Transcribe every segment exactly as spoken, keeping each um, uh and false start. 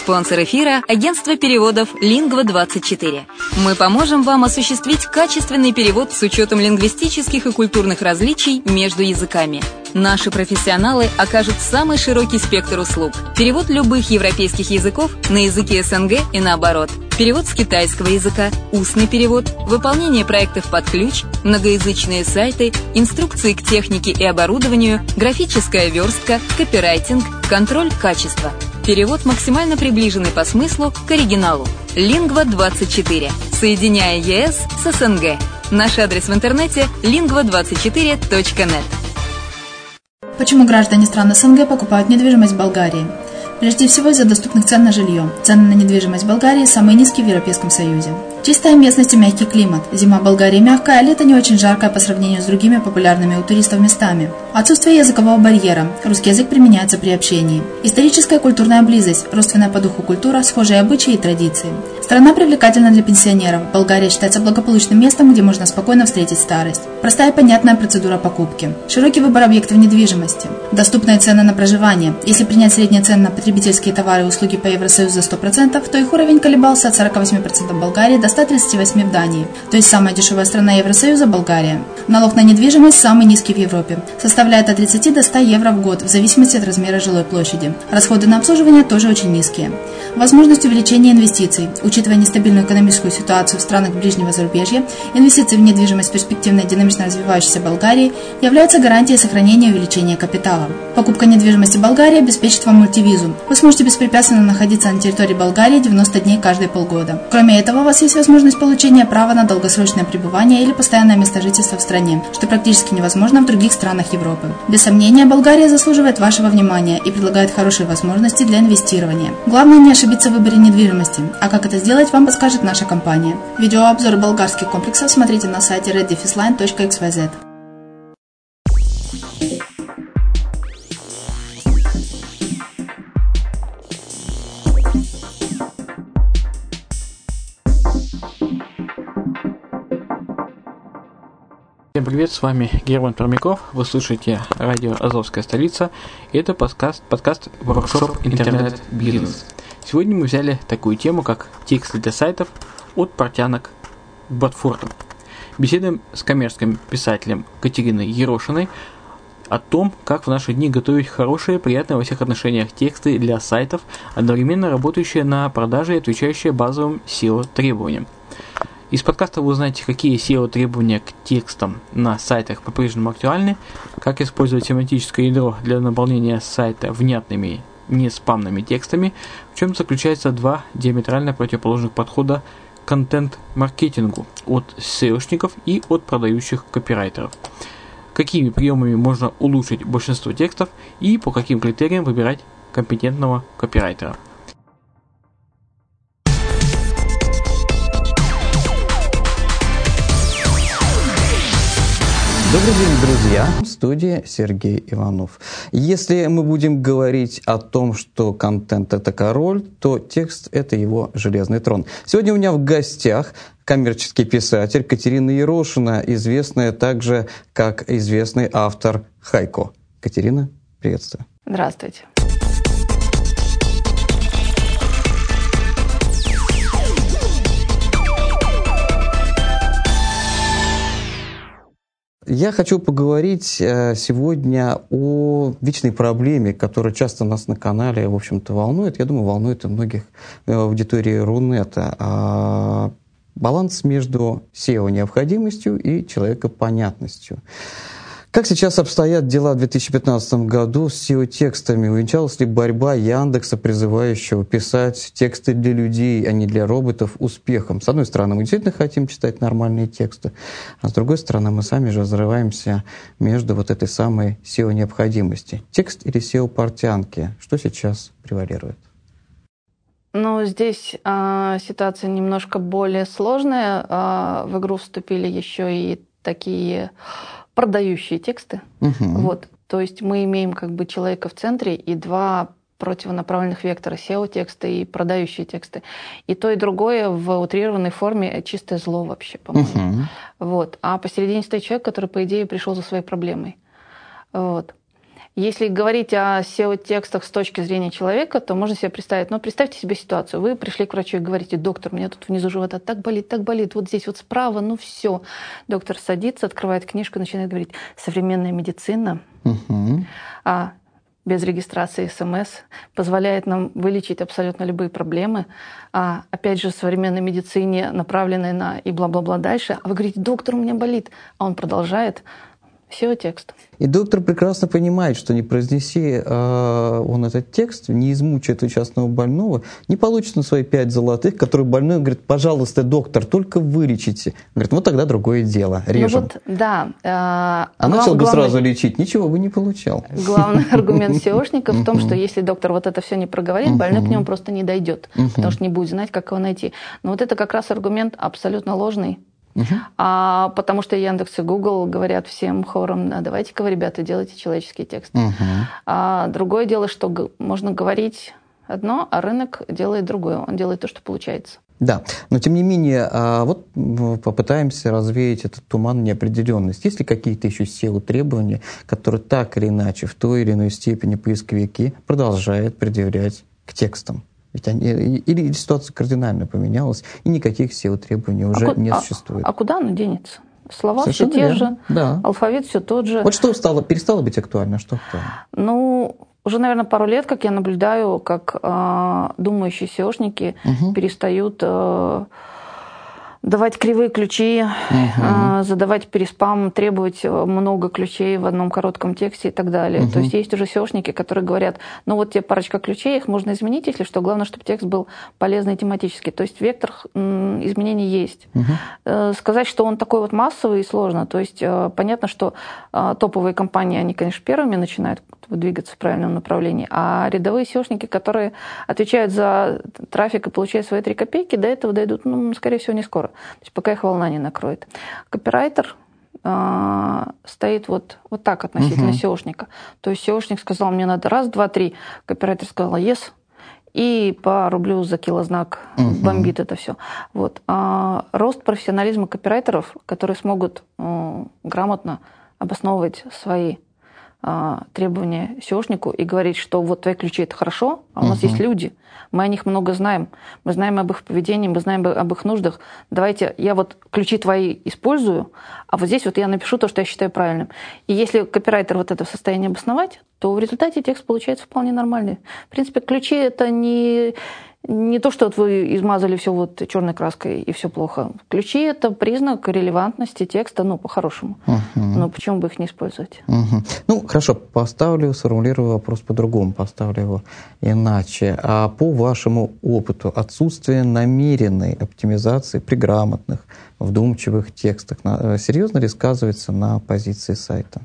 Спонсор эфира – агентство переводов Lingva двадцать четыре. Мы поможем вам осуществить качественный перевод с учетом лингвистических и культурных различий между языками. Наши профессионалы окажут самый широкий спектр услуг. Перевод любых европейских языков на языки СНГ и наоборот. Перевод с китайского языка, устный перевод, выполнение проектов под ключ, многоязычные сайты, инструкции к технике и оборудованию, графическая верстка, копирайтинг, контроль качества. Перевод максимально приближенный по смыслу к оригиналу. Lingva двадцать четыре. Соединяя ЕС с СНГ. Наш адрес в интернете lingva двадцать четыре точка нет. Почему граждане стран СНГ покупают недвижимость в Болгарии? Прежде всего из-за доступных цен на жилье. Цены на недвижимость в Болгарии самые низкие в Европейском Союзе. Чистая местность и мягкий климат. Зима в Болгарии мягкая, а лето не очень жаркое по сравнению с другими популярными у туристов местами. Отсутствие языкового барьера. Русский язык применяется при общении. Историческая и культурная близость. Родственная по духу культура, схожие обычаи и традиции. Страна привлекательна для пенсионеров. Болгария считается благополучным местом, где можно спокойно встретить старость. Простая и понятная процедура покупки. Широкий выбор объектов недвижимости. Доступные цены на проживание. Если принять средние цены на потребительские товары и услуги по Евросоюзу за сто процентов, то их уровень колебался от сорок восемь процентов в Болгарии до ста тридцати восьми процентов в Дании. То есть самая дешевая страна Евросоюза – Болгария. Налог на недвижимость самый низкий в Европе. Составляет от тридцати до ста евро в год, в зависимости от размера жилой площади. Расходы на обслуживание тоже очень низкие. Возможность увеличения инвестиций. Учитывая нестабильную экономическую ситуацию в странах ближнего зарубежья, инвестиции в недвижимость в перспективной динамично развивающейся Болгарии являются гарантией сохранения и увеличения капитала. Покупка недвижимости в Болгарии обеспечит вам мультивизу. Вы сможете беспрепятственно находиться на территории Болгарии девяносто дней каждые полгода. Кроме этого, у вас есть возможность получения права на долгосрочное пребывание или постоянное место жительства в стране, что практически невозможно в других странах Европы. Без сомнения, Болгария заслуживает вашего внимания и предлагает хорошие возможности для инвестирования. Главное не ошибиться в выборе недвижимости, а как это сделать, вам подскажет наша компания. Видеообзор болгарских комплексов смотрите на сайте red dash line точка икс вай зет. Всем привет, с вами Герман Пермяков, вы слушаете радио «Азовская столица», и это подкаст, подкаст «Воркшоп Интернет-бизнес». Сегодня мы взяли такую тему, как тексты для сайтов от портянок к ботфортам. Беседуем с коммерческим писателем Катериной Ерошиной о том, как в наши дни готовить хорошие, приятные во всех отношениях тексты для сайтов, одновременно работающие на продаже и отвечающие базовым сео требованиям. Из подкаста вы узнаете, какие сео требования к текстам на сайтах по-прежнему актуальны, как использовать семантическое ядро для наполнения сайта внятными, не спамными текстами, в чем заключаются два диаметрально противоположных подхода к контент-маркетингу от сеошников и от продающих копирайтеров. Какими приемами можно улучшить большинство текстов и по каким критериям выбирать компетентного копирайтера. Добрый день, друзья! В студии Сергей Иванов. Если мы будем говорить о том, что контент – это король, то текст – это его железный трон. Сегодня у меня в гостях коммерческий писатель Катерина Ерошина, известная также как известный автор хайко. Катерина, приветствую. Здравствуйте. Я хочу поговорить сегодня о вечной проблеме, которая часто нас на канале, в общем-то, волнует. Я думаю, волнует и многих в аудитории Рунета. Баланс между сео-необходимостью и человекопонятностью. Как сейчас обстоят дела в две тысячи пятнадцатом году с сео-текстами? Увенчалась ли борьба Яндекса, призывающего писать тексты для людей, а не для роботов, успехом? С одной стороны, мы действительно хотим читать нормальные тексты, а с другой стороны, мы сами же разрываемся между вот этой самой сео-необходимости. Текст или сео-портянки? Что сейчас превалирует? Ну, здесь э, ситуация немножко более сложная. Э, в игру вступили еще и такие продающие тексты. Uh-huh. Вот. То есть мы имеем как бы человека в центре и два противонаправленных вектора: сео-тексты и продающие тексты. И то, и другое в утрированной форме чистое зло вообще, по-моему. Uh-huh. Вот. А посередине стоит человек, который, по идее, пришел за своей проблемой. Вот. Если говорить о сео-текстах с точки зрения человека, то можно себе представить, ну, представьте себе ситуацию. Вы пришли к врачу и говорите: доктор, у меня тут внизу живота так болит, так болит, вот здесь вот справа, ну все. Доктор садится, открывает книжку, начинает говорить: современная медицина, угу. а, без регистрации СМС позволяет нам вылечить абсолютно любые проблемы. А, опять же, в современной медицине, направленной на и бла-бла-бла дальше. А вы говорите: доктор, у меня болит. А он продолжает. сео-текст. И доктор прекрасно понимает, что не произнеси э, он этот текст, не измучает несчастного больного, не получит на свои пять золотых, которые больной говорит: пожалуйста, доктор, только вылечите. Говорит: вот тогда другое дело, режем. Ну вот, да. Э, а начал бы сразу лечить, ничего бы не получал. Главный аргумент сеошника в том, что если доктор вот это все не проговорит, больной к нему просто не дойдет, потому что не будет знать, как его найти. Но вот это как раз аргумент абсолютно ложный. Uh-huh. А, потому что Яндекс и Google говорят всем хором: а давайте-ка вы, ребята, делайте человеческий текст. Uh-huh. А другое дело, что г- можно говорить одно, а рынок делает другое. Он делает то, что получается. Да, но тем не менее, вот попытаемся развеять этот туман неопределенности. Есть ли какие-то еще сео-требования, которые так или иначе, в той или иной степени поисковики продолжают предъявлять к текстам? Ведь они, или ситуация кардинально поменялась, и никаких сео-требований уже а, не а, существует. А куда оно денется? Слова Совершенно все те верно. же, да. Алфавит все тот же. Вот что стало, перестало быть актуально, что актуально? Ну, уже, наверное, пару лет, как я наблюдаю, как э, думающие сеошники угу. перестают э, давать кривые ключи, uh-huh. э, задавать переспам, требовать много ключей в одном коротком тексте и так далее. Uh-huh. То есть есть уже сеошники, которые говорят: ну вот тебе парочка ключей, их можно изменить, если что. Главное, чтобы текст был полезный и тематический. То есть вектор м, изменений есть. Uh-huh. Э, сказать, что он такой вот массовый, сложно. То есть э, понятно, что э, топовые компании, они, конечно, первыми начинают двигаться в правильном направлении, а рядовые сеошники, которые отвечают за трафик и получают свои три копейки, до этого дойдут, ну, скорее всего, не скоро. То есть пока их волна не накроет. Копирайтер э, стоит вот, вот так относительно uh-huh. сеошника. То есть сеошник сказал: мне надо раз, два, три. Копирайтер сказал: yes. И по рублю за килознак uh-huh. бомбит это все. Вот. А рост профессионализма копирайтеров, которые смогут э, грамотно обосновывать свои требования сеошнику и говорить, что вот твои ключи — это хорошо, а у нас uh-huh. есть люди, мы о них много знаем, мы знаем об их поведении, мы знаем об их нуждах. Давайте я вот ключи твои использую, а вот здесь вот я напишу то, что я считаю правильным. И если копирайтер вот это в состоянии обосновать, то в результате текст получается вполне нормальный. В принципе, ключи — это не... Не то, что вот вы измазали все вот черной краской и все плохо. Ключи — это признак релевантности текста, ну, по-хорошему. Uh-huh. Но почему бы их не использовать? Uh-huh. Ну, хорошо, поставлю, сформулирую вопрос по-другому, поставлю его иначе. А по вашему опыту отсутствие намеренной оптимизации при грамотных, вдумчивых текстах серьезно ли сказывается на позиции сайта?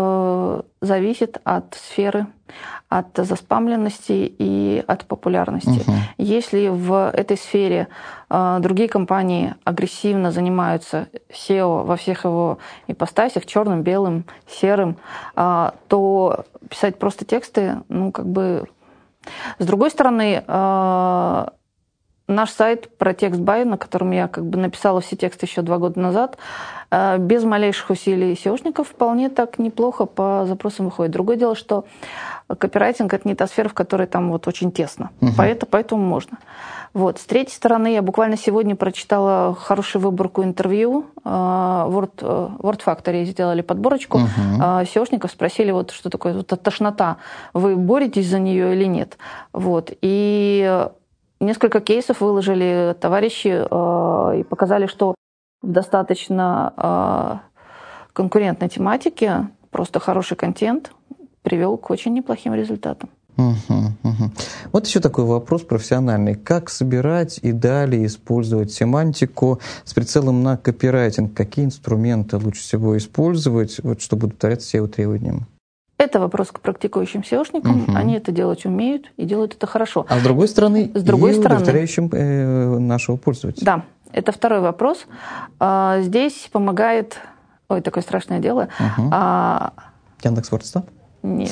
Зависит от сферы, от заспамленности и от популярности. Uh-huh. Если в этой сфере э, другие компании агрессивно занимаются сео во всех его ипостасях, черным, белым, серым, э, то писать просто тексты, ну, как бы... С другой стороны, э, наш сайт про текст-бай, на котором я как бы написала все тексты еще два года назад, без малейших усилий сеошников вполне так неплохо по запросам выходит. Другое дело, что копирайтинг — это не та сфера, в которой там вот очень тесно. Uh-huh. Поэтому, поэтому можно. Вот. С третьей стороны, я буквально сегодня прочитала хорошую выборку интервью. Word, Word Factory сделали подборочку. Uh-huh. Сеошников спросили, вот, что такое вот тошнота. Вы боретесь за нее или нет? Вот. И несколько кейсов выложили товарищи э, и показали, что в достаточно э, конкурентной тематике просто хороший контент привел к очень неплохим результатам. Угу, угу. Вот еще такой вопрос профессиональный. Как собирать и далее использовать семантику с прицелом на копирайтинг? Какие инструменты лучше всего использовать, вот, чтобы удовлетворять сео-требованиям? Это вопрос к практикующим сеошникам. Uh-huh. Они это делать умеют и делают это хорошо. А с другой стороны, с другой и стороны, удовлетворяющим э, нашего пользователя. Да, это второй вопрос. А, здесь помогает... Ой, такое страшное дело. Uh-huh. А... Яндекс.Вордстат? Нет.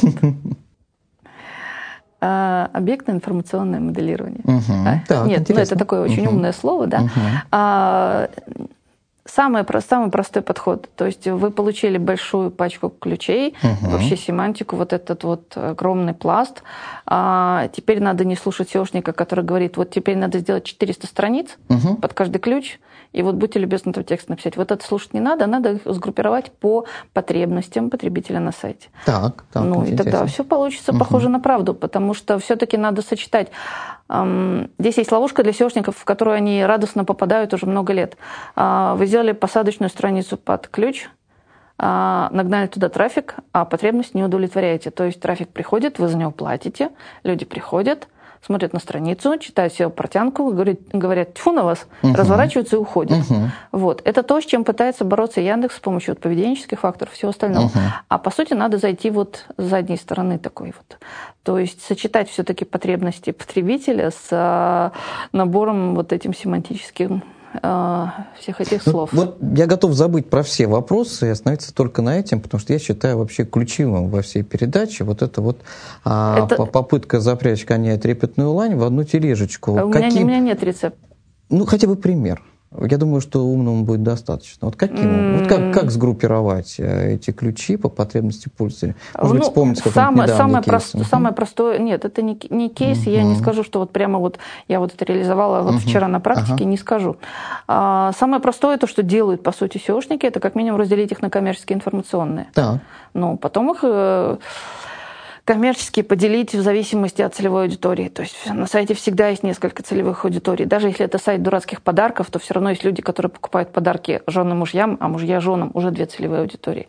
Объектное информационное моделирование. Uh-huh. Так, нет, ну, это такое очень uh-huh. умное слово, да. Uh-huh. А, Самый, самый простой подход. То есть вы получили большую пачку ключей, угу. вообще семантику, вот этот вот огромный пласт. А теперь надо не слушать сеошника, который говорит, вот теперь надо сделать четыреста страниц угу. под каждый ключ, и вот будьте любезны этот текст написать. Вот это слушать не надо, надо их сгруппировать по потребностям потребителя на сайте. Так, так. Ну и тогда все получится угу. похоже на правду, потому что все-таки надо сочетать. Здесь есть ловушка для сеошников, в которую они радостно попадают уже много лет. Вы сделали посадочную страницу под ключ, нагнали туда трафик, а потребность не удовлетворяете. То есть трафик приходит, вы за него платите, люди приходят, смотрят на страницу, читают сео-портянку, говорят, говорят тьфу на вас, uh-huh. разворачиваются и уходят. Uh-huh. Вот. Это то, с чем пытается бороться Яндекс с помощью вот поведенческих факторов и всего остального. Uh-huh. А по сути надо зайти вот с задней стороны такой вот. То есть сочетать все-таки потребности потребителя с набором вот этим семантическим всех этих слов. Вот я готов забыть про все вопросы и остановиться только на этом, потому что я считаю вообще ключевым во всей передаче вот это вот а, это... попытка запрячь коня и трепетную лань в одну тележечку. У, Каким... меня, у меня нет рецепта. Ну, хотя бы пример. Я думаю, что умному будет достаточно. Вот каким? Mm. Вот как, как сгруппировать эти ключи по потребности пользователя? Может ну, быть, вспомнить какой-нибудь самое, недавний самое кейс? Прост, uh-huh. Самое простое... Нет, это не, не кейс. Uh-huh. Я не скажу, что вот прямо вот я вот это реализовала вот uh-huh. вчера на практике, uh-huh. не скажу. А, самое простое, то, что делают, по сути, сеошники, это как минимум разделить их на коммерческие и информационные. Да. Ну, потом их... коммерческие поделить в зависимости от целевой аудитории. То есть на сайте всегда есть несколько целевых аудиторий. Даже если это сайт дурацких подарков, то все равно есть люди, которые покупают подарки женам и мужьям, а мужья женам, уже две целевые аудитории.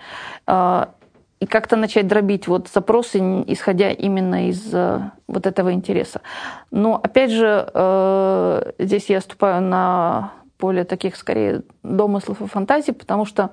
И как-то начать дробить вот запросы, исходя именно из вот этого интереса. Но опять же, здесь я ступаю на поле таких скорее домыслов и фантазий, потому что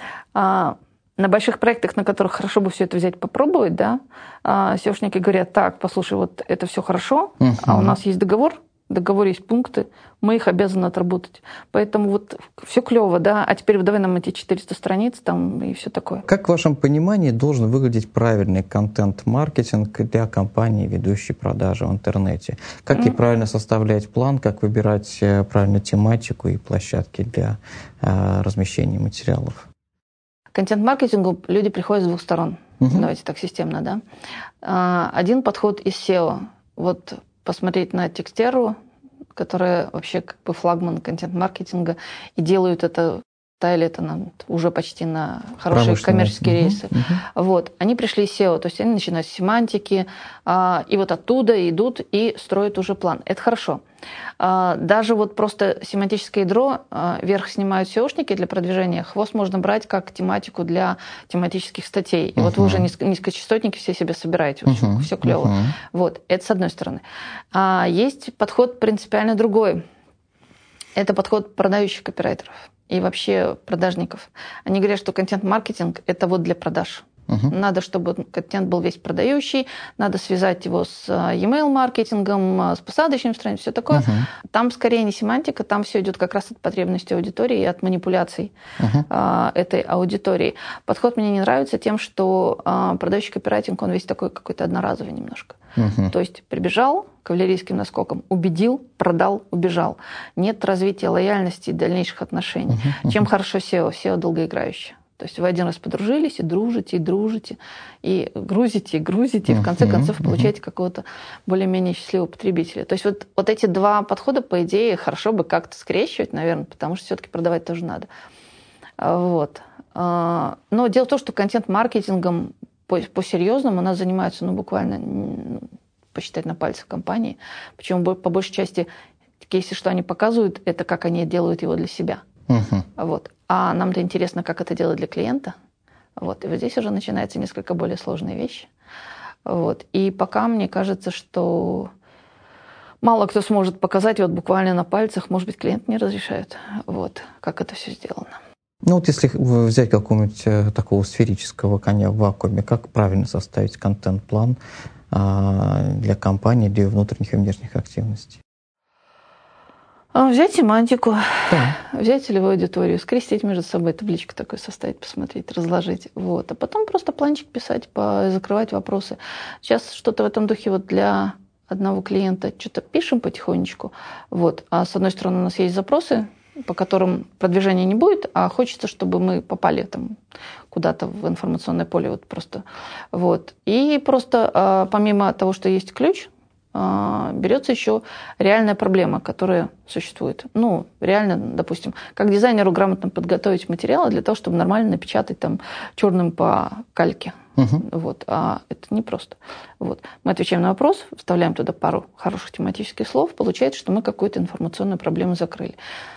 на больших проектах, на которых хорошо бы все это взять, попробовать, да, сеошники говорят, так, послушай, вот это все хорошо, uh-huh. а у нас есть договор, в договоре есть пункты, мы их обязаны отработать. Поэтому вот все клево, да, а теперь давай нам эти четыреста страниц там и все такое. Как в вашем понимании должен выглядеть правильный контент-маркетинг для компании, ведущей продажи в интернете? Как mm. ей правильно составлять план, как выбирать правильную тематику и площадки для э, размещения материалов? К контент-маркетингу люди приходят с двух сторон. Uh-huh. Давайте так системно, да. Один подход из сео. Вот посмотреть на Текстеру, которая вообще как бы флагман контент-маркетинга, и делают это, ставили это нам уже почти на хорошие коммерческие uh-huh. рейсы. Uh-huh. Вот. Они пришли из сео, то есть они начинают с семантики, и вот оттуда идут и строят уже план. Это хорошо. Даже вот просто семантическое ядро вверх снимают сеошники для продвижения, хвост можно брать как тематику для тематических статей. И uh-huh. вот вы уже низкочастотники все себе собираете, uh-huh. все клево. Uh-huh. Вот, это с одной стороны. А есть подход принципиально другой. Это подход продающих копирайтеров и вообще продажников. Они говорят, что контент-маркетинг – это вот для продаж. Uh-huh. Надо, чтобы контент был весь продающий, надо связать его с e-mail-маркетингом, с посадочным страницей, все такое. Uh-huh. Там скорее не семантика, там все идет как раз от потребностей аудитории и от манипуляций uh-huh. а, этой аудитории. Подход мне не нравится тем, что а, продающий копирайтинг, он весь такой какой-то одноразовый немножко. Uh-huh. То есть прибежал кавалерийским наскоком, убедил, продал, убежал. Нет развития лояльности и дальнейших отношений. Uh-huh. Чем хорошо сео? сео долгоиграющее. То есть вы один раз подружились, и дружите, и дружите, и грузите, и грузите, и в конце концов получаете какого-то более-менее счастливого потребителя. То есть вот, вот эти два подхода, по идее, хорошо бы как-то скрещивать, наверное, потому что все-таки продавать тоже надо. Вот. Но дело в том, что контент-маркетингом по-серьезному у нас занимаются, ну, буквально, ну, посчитать на пальцах компании. Причем по большей части кейсы, что они показывают, это как они делают его для себя. Uh-huh. Вот. А нам-то интересно, как это делать для клиента. Вот. И вот здесь уже начинаются несколько более сложные вещи. Вот. И пока мне кажется, что мало кто сможет показать вот буквально на пальцах, может быть, клиент не разрешает, вот, как это все сделано. Ну вот если взять какого-нибудь такого сферического коня в вакууме, как правильно составить контент-план а, для компании, для внутренних и внешних активностей? Взять семантику, да. взять целевую аудиторию, скрестить между собой, табличку такую составить, посмотреть, разложить. Вот. А потом просто планчик писать, по, закрывать вопросы. Сейчас что-то в этом духе вот для одного клиента что-то пишем потихонечку. Вот. А с одной стороны у нас есть запросы, по которым продвижения не будет, а хочется, чтобы мы попали там куда-то в информационное поле. Вот просто. Вот. И просто помимо того, что есть ключ, берется еще реальная проблема, которая существует. Ну, реально, допустим, как дизайнеру грамотно подготовить материалы для того, чтобы нормально напечатать там черным по кальке. Uh-huh. Вот. А это непросто. Вот. Мы отвечаем на вопрос, вставляем туда пару хороших тематических слов, получается, что мы какую-то информационную проблему закрыли.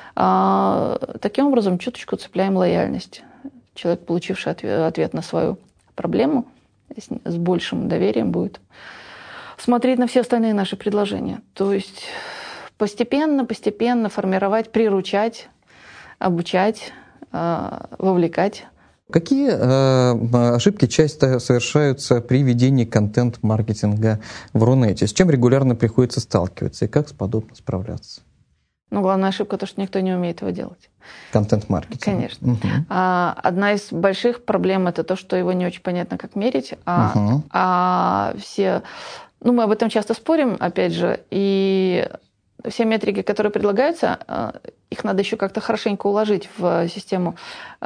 А, таким образом, чуточку цепляем лояльность. Человек, получивший ответ, ответ на свою проблему, с, с большим доверием будет смотреть на все остальные наши предложения. То есть постепенно, постепенно формировать, приручать, обучать, вовлекать. Какие э, ошибки часто совершаются при ведении контент-маркетинга в Рунете? С чем регулярно приходится сталкиваться и как с подобным справляться? Ну, главная ошибка то, что никто не умеет его делать. Контент-маркетинг. Конечно. Угу. А, одна из больших проблем – это то, что его не очень понятно, как мерить. А, угу. а все… Ну, мы об этом часто спорим, опять же, и все метрики, которые предлагаются, их надо еще как-то хорошенько уложить в систему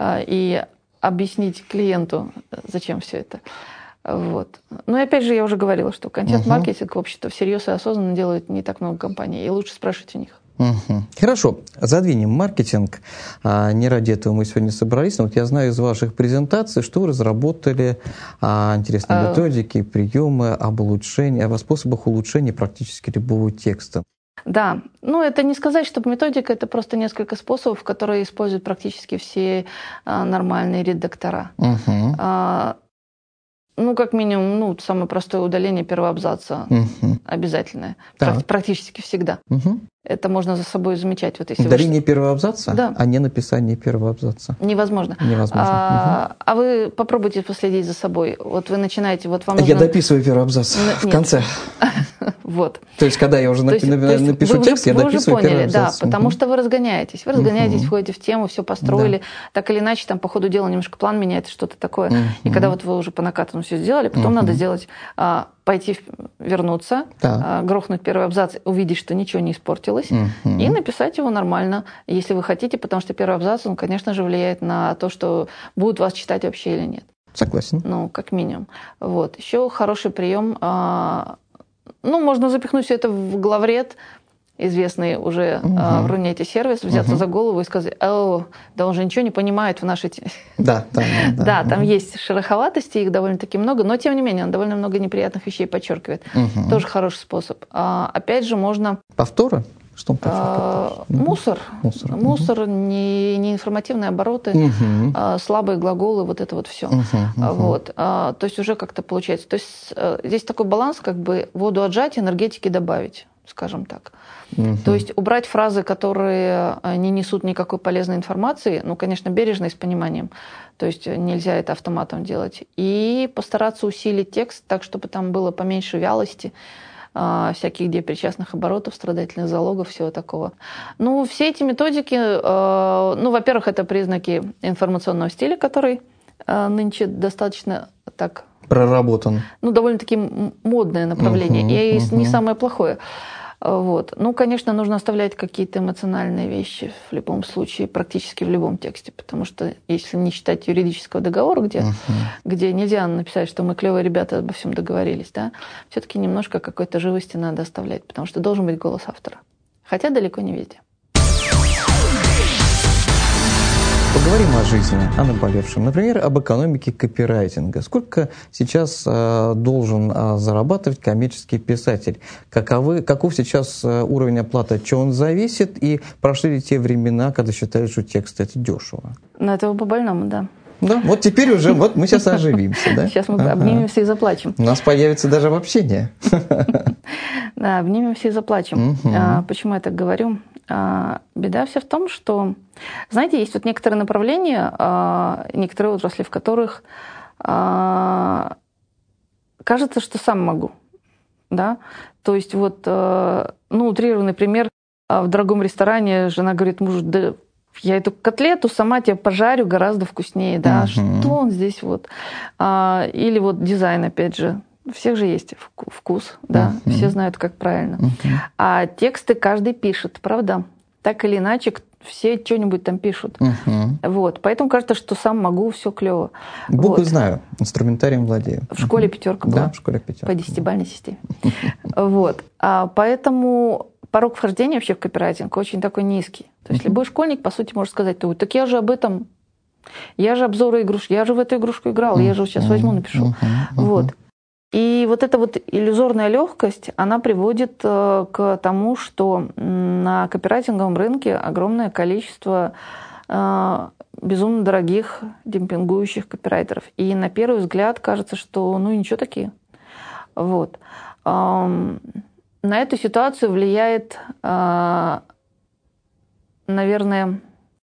и объяснить клиенту, зачем все это. Вот. Ну и опять же, я уже говорила, что контент-маркетинг, в общем-то, всерьез и осознанно делают не так много компаний, и лучше спрашивать у них. Угу. Хорошо, задвинем маркетинг. А, не ради этого мы сегодня собрались, но вот я знаю из ваших презентаций, что вы разработали а, интересные а... методики, приемы об улучшении, о способах улучшения практически любого текста. Да, ну это не сказать, что методика, это просто несколько способов, которые используют практически все а, нормальные редактора. Угу. А, ну, как минимум, ну, самое простое удаление первого абзаца угу. обязательное, да. Практически всегда. Угу. Это можно за собой замечать. Вот, если удаление вы... первого абзаца, да. а не написание первого абзаца? Невозможно. Невозможно. А, угу. а вы попробуйте последить за собой. Вот вы начинаете, вот вам нужно... Я дописываю первый абзац в конце. Вот. То есть, когда я уже напишу текст, я дописываю первый абзац. Да, потому что вы разгоняетесь. Вы разгоняетесь, входите в тему, все построили. Так или иначе, там по ходу дела немножко план меняется, что-то такое. И когда вот вы уже по накатанному все сделали, потом надо сделать... пойти вернуться, да. грохнуть первый абзац, увидеть, что ничего не испортилось, угу. и написать его нормально, если вы хотите, потому что первый абзац, он, конечно же, влияет на то, что будут вас читать вообще или нет. Согласен. Ну, как минимум. Вот. Еще хороший прием. Ну, можно запихнуть все это в главред, известный уже угу. в Рунете сервис, взяться угу. за голову и сказать: о, да он же ничего не понимает в нашей теме. Да, да, да. Да, там угу. есть шероховатости, их довольно-таки много, но тем не менее он довольно много неприятных вещей подчеркивает. Угу. Тоже хороший способ. А, опять же, можно... Повторы? Что он а, мусор. Мусор, мусор угу. не, не информативные обороты, угу. а, слабые глаголы, вот это вот все. Угу, угу. Вот. А, то есть уже как-то получается. То есть а, здесь такой баланс, как бы воду отжать, энергетики добавить, скажем так. Угу. То есть убрать фразы, которые не несут никакой полезной информации, ну, конечно, бережно и с пониманием. То есть нельзя это автоматом делать. И постараться усилить текст так, чтобы там было поменьше вялости, всяких где причастных оборотов, страдательных залогов, всего такого. Ну, все эти методики, ну, во-первых, это признаки информационного стиля, который нынче достаточно так... проработан. Ну, довольно-таки модное направление, uh-huh, и uh-huh. не самое плохое. Вот. Ну, конечно, нужно оставлять какие-то эмоциональные вещи в любом случае, практически в любом тексте, потому что если не считать юридического договора, где, uh-huh. где нельзя написать, что мы клевые ребята обо всем договорились, да, все-таки немножко какой-то живости надо оставлять, потому что должен быть голос автора. Хотя далеко не везде. Поговорим о жизни, о наболевшем. Например, об экономике копирайтинга. Сколько сейчас э, должен э, зарабатывать коммерческий писатель? Каковы, каков сейчас э, уровень оплаты, от чего он зависит? И прошли ли те времена, когда считают, что текст это дешево? Ну, это по-больному, да. Да, вот теперь уже, вот мы сейчас оживимся, да? Сейчас мы обнимемся и заплачем. У нас появится даже обобщение. Да, обнимемся и заплачем. Почему я так говорю? Беда вся в том, что, знаете, есть вот некоторые направления, некоторые отрасли, в которых кажется, что сам могу, да. То есть вот, ну, утрированный пример: в дорогом ресторане жена говорит мужу: да я эту котлету сама тебе пожарю гораздо вкуснее, да. Uh-huh. Что он здесь вот? Или вот дизайн, опять же. У всех же есть вкус, да, uh-huh. все знают, как правильно. Uh-huh. А тексты каждый пишет, правда? Так или иначе, все что-нибудь там пишут. Угу. Вот. Поэтому кажется, что сам могу, все клево. Буквы вот. знаю, инструментарием владею. В школе пятерка была. Да, в школе пятерка. По десятибалльной системе. Вот. А поэтому порог вхождения вообще в копирайтинг очень такой низкий. То есть любой школьник, по сути, может сказать, так я же об этом, я же обзоры игрушек, я же в эту игрушку играл, я же сейчас возьму, напишу. Вот. И вот эта вот иллюзорная легкость, она приводит к тому, что на копирайтинговом рынке огромное количество безумно дорогих демпингующих копирайтеров. И на первый взгляд кажется, что ну ничего такие. Вот. На эту ситуацию влияет, наверное,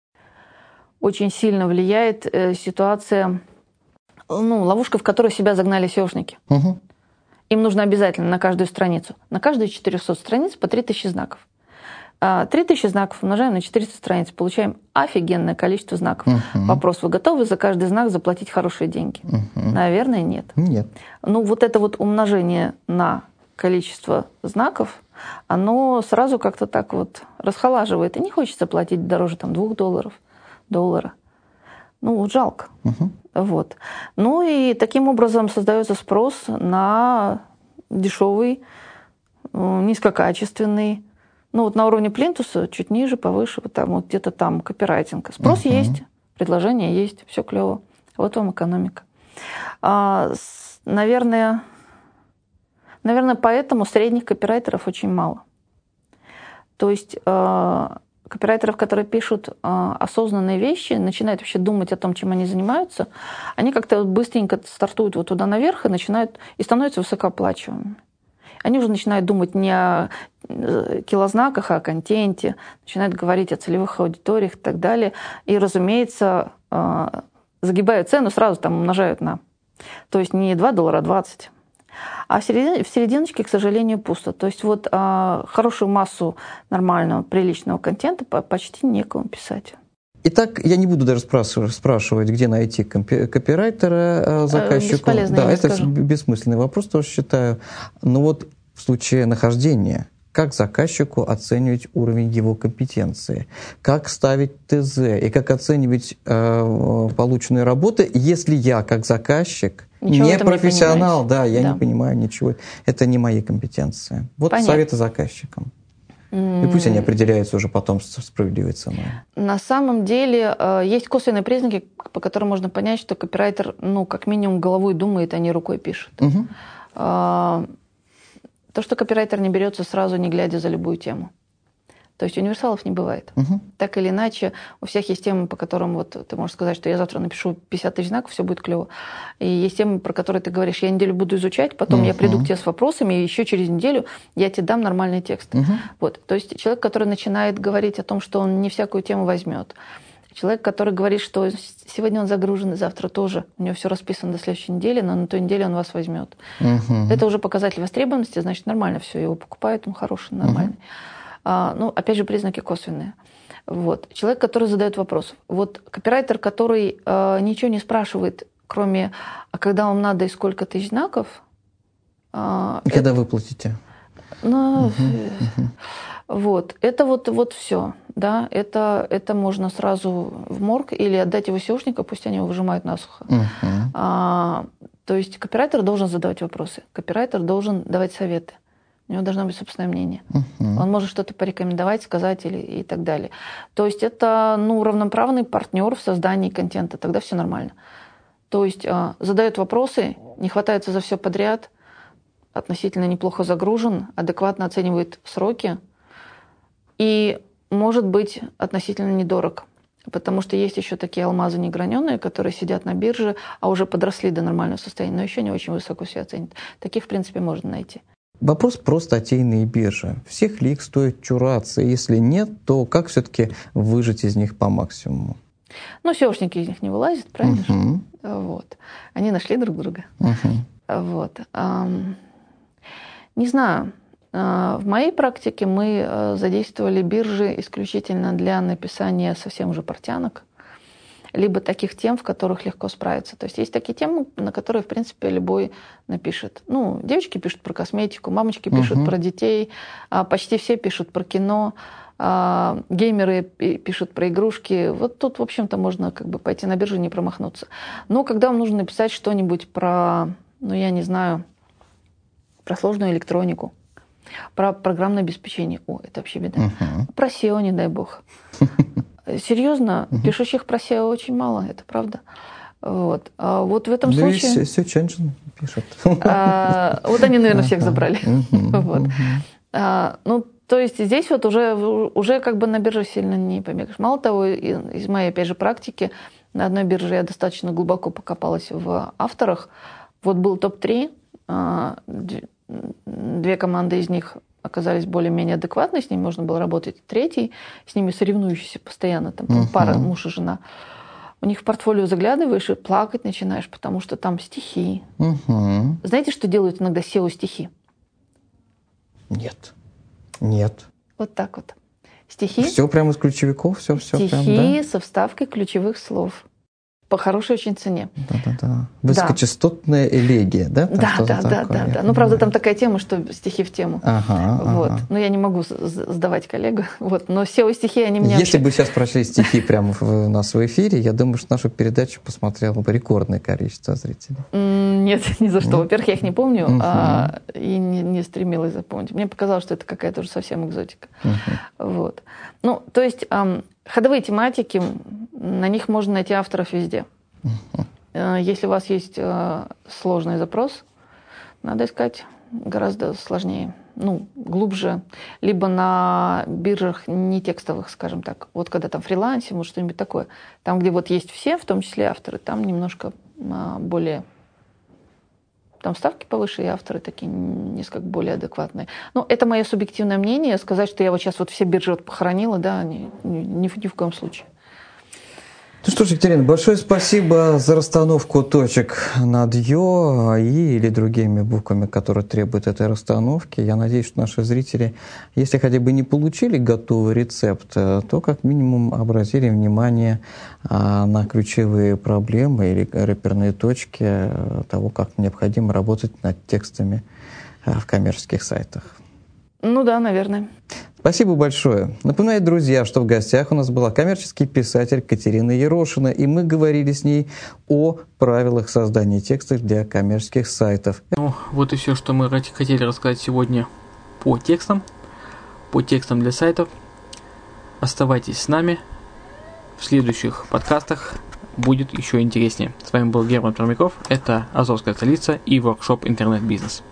очень сильно влияет ситуация, ну, ловушка, в которую себя загнали сеошники. Угу. Им нужно обязательно на каждую страницу, на каждую четыреста страниц по три тысячи знаков. три тысячи знаков умножаем на четыреста страниц, получаем офигенное количество знаков. Uh-huh. Вопрос, вы готовы за каждый знак заплатить хорошие деньги? Uh-huh. Наверное, нет. Нет. Ну, вот это вот умножение на количество знаков, оно сразу как-то так вот расхолаживает. И не хочется платить дороже там двух долларов, доллара. Ну, вот жалко. Uh-huh. Вот. Ну, и таким образом создается спрос на дешевый, низкокачественный, ну, вот на уровне плинтуса, чуть ниже, повыше, вот там, вот где-то там копирайтинг. Спрос uh-huh. есть, предложение есть, все клево. Вот вам экономика. А, с, наверное, наверное, поэтому средних копирайтеров очень мало. То есть а, копирайтеров, которые пишут а, осознанные вещи, начинают вообще думать о том, чем они занимаются, они как-то быстренько стартуют вот туда наверх и начинают, и становятся высокооплачиваемыми. Они уже начинают думать не о килознаках, а о контенте, начинают говорить о целевых аудиториях и так далее. И, разумеется, загибают цену, сразу там умножают на. То есть не два доллара, а двадцать. А в, середин, в серединочке, к сожалению, пусто. То есть вот хорошую массу нормального, приличного контента почти некому писать. Итак, я не буду даже спрашивать, спрашивать где найти копирайтера заказчику. Бесполезно, да, я это скажу. Бессмысленный вопрос, тоже считаю. Но вот в случае нахождения, как заказчику оценивать уровень его компетенции, как ставить ТЗ и как оценивать э, полученные работы, если я, как заказчик, ничего не профессионал, не да, я да. не понимаю ничего, это не мои компетенции. Вот Понятно. Советы заказчикам. И пусть они определяются уже потом со справедливой ценой. На самом деле есть косвенные признаки, по которым можно понять, что копирайтер, ну, как минимум, головой думает, а не рукой пишет. Угу. То, что копирайтер не берется сразу, не глядя за любую тему. То есть универсалов не бывает. Угу. Так или иначе, у всех есть темы, по которым вот ты можешь сказать, что я завтра напишу пятьдесят тысяч знаков, все будет клево. И есть темы, про которые ты говоришь, я неделю буду изучать, потом угу. я приду к тебе с вопросами, и еще через неделю я тебе дам нормальный текст. Угу. Вот. То есть человек, который начинает говорить о том, что он не всякую тему возьмет. Человек, который говорит, что сегодня он загружен, и завтра тоже. У него все расписано до следующей недели, но на той неделе он вас возьмет. Угу. Это уже показатель востребованности, значит, нормально все, его покупают, он хороший, нормальный. Угу. А, ну, опять же, признаки косвенные. Вот. Человек, который задает вопрос. Вот копирайтер, который э, ничего не спрашивает, кроме «а когда вам надо и сколько тысяч знаков?» э, И когда это, вы платите? Ну, угу, угу. Вот. Это вот, вот все. Да? Это, это можно сразу в морг или отдать его сеошнику, пусть они его выжимают насухо. Угу. А, то есть копирайтер должен задавать вопросы. Копирайтер должен давать советы. У него должно быть собственное мнение. Uh-huh. Он может что-то порекомендовать, сказать или, и так далее. То есть это ну, равноправный партнер в создании контента. Тогда все нормально. То есть э, задает вопросы, не хватается за все подряд, относительно неплохо загружен, адекватно оценивает сроки и может быть относительно недорог. Потому что есть еще такие алмазы неграненые, которые сидят на бирже, а уже подросли до нормального состояния, но еще не очень высоко себя оценят. Таких, в принципе, можно найти. Вопрос про статейные биржи. Всех ли их стоит чураться? Если нет, то как все-таки выжать из них по максимуму? Ну, сеошники из них не вылазят, правильно uh-huh. же? Вот. Они нашли друг друга. Uh-huh. Вот. Не знаю. В моей практике мы задействовали биржи исключительно для написания совсем уже портянок. либо таких тем, в которых легко справиться. То есть есть такие темы, на которые, в принципе, любой напишет. Ну, девочки пишут про косметику, мамочки пишут uh-huh. про детей, почти все пишут про кино, геймеры пишут про игрушки. Вот тут, в общем-то, можно как бы пойти на биржу и не промахнуться. Но когда вам нужно написать что-нибудь про, ну, я не знаю, про сложную электронику, про программное обеспечение. О, это вообще беда. Uh-huh. Про сео, не дай бог. Серьезно, uh-huh. пишущих про сео очень мало, это правда. Вот, а вот в этом да случае... Да и Сю Ченджин пишет. А, вот они, наверное, всех забрали. Uh-huh. вот. uh-huh. а, ну, то есть здесь вот уже, уже как бы на бирже сильно не побегаешь. Мало того, из моей, опять же, практики, на одной бирже я достаточно глубоко покопалась в авторах. Вот был топ три, две команды из них оказались более-менее адекватны, с ними можно было работать. Третий, с ними соревнующийся постоянно, там uh-huh. пара, муж и жена. У них в портфолио заглядываешь и плакать начинаешь, потому что там стихи. Uh-huh. Знаете, что делают иногда сео-стихи? Нет. Нет. Вот так вот. Стихи. Все прямо из ключевиков, все, все Стихи прям, да? со вставкой ключевых слов. По хорошей очень цене. Да-да-да. Высокочастотная да. элегия, да? Там да, да, да, да, да. Ну, правда, там такая тема, что стихи в тему. Ага, вот. ага. Но я не могу сдавать коллегу. Вот. Но сео-стихи, они меня... Если вообще... бы сейчас прочли стихи прямо у нас в эфире, я думаю, что нашу передачу посмотрело бы рекордное количество зрителей. Нет, ни за что. Во-первых, я их не помню а, и не, не стремилась запомнить. Мне показалось, что это какая-то уже совсем экзотика. Вот. Ну, то есть ам, ходовые тематики, на них можно найти авторов везде. Uh-huh. Если у вас есть э, сложный запрос, надо искать гораздо сложнее, ну, глубже, либо на биржах не текстовых, скажем так. Вот когда там фрилансе, может, что-нибудь такое. Там, где вот есть все, в том числе авторы, там немножко э, более... Там ставки повыше, и авторы такие несколько более адекватные. Ну, это мое субъективное мнение. Сказать, что я вот сейчас вот все биржи вот похоронила, да, ни, ни, ни в коем случае. Ну что ж, Екатерина, большое спасибо за расстановку точек над «ё» и или другими буквами, которые требуют этой расстановки. Я надеюсь, что наши зрители, если хотя бы не получили готовый рецепт, то как минимум обратили внимание на ключевые проблемы или реперные точки того, как необходимо работать над текстами в коммерческих сайтах. Ну да, наверное. Спасибо большое. Напоминаю, друзья, что в гостях у нас была коммерческий писатель Катерина Ерошина, и мы говорили с ней о правилах создания текстов для коммерческих сайтов. Ну, вот и все, что мы хотели рассказать сегодня по текстам, по текстам для сайтов. Оставайтесь с нами. В следующих подкастах будет еще интереснее. С вами был Герман Пермяков. Это Азовская столица и воркшоп «Интернет-бизнес».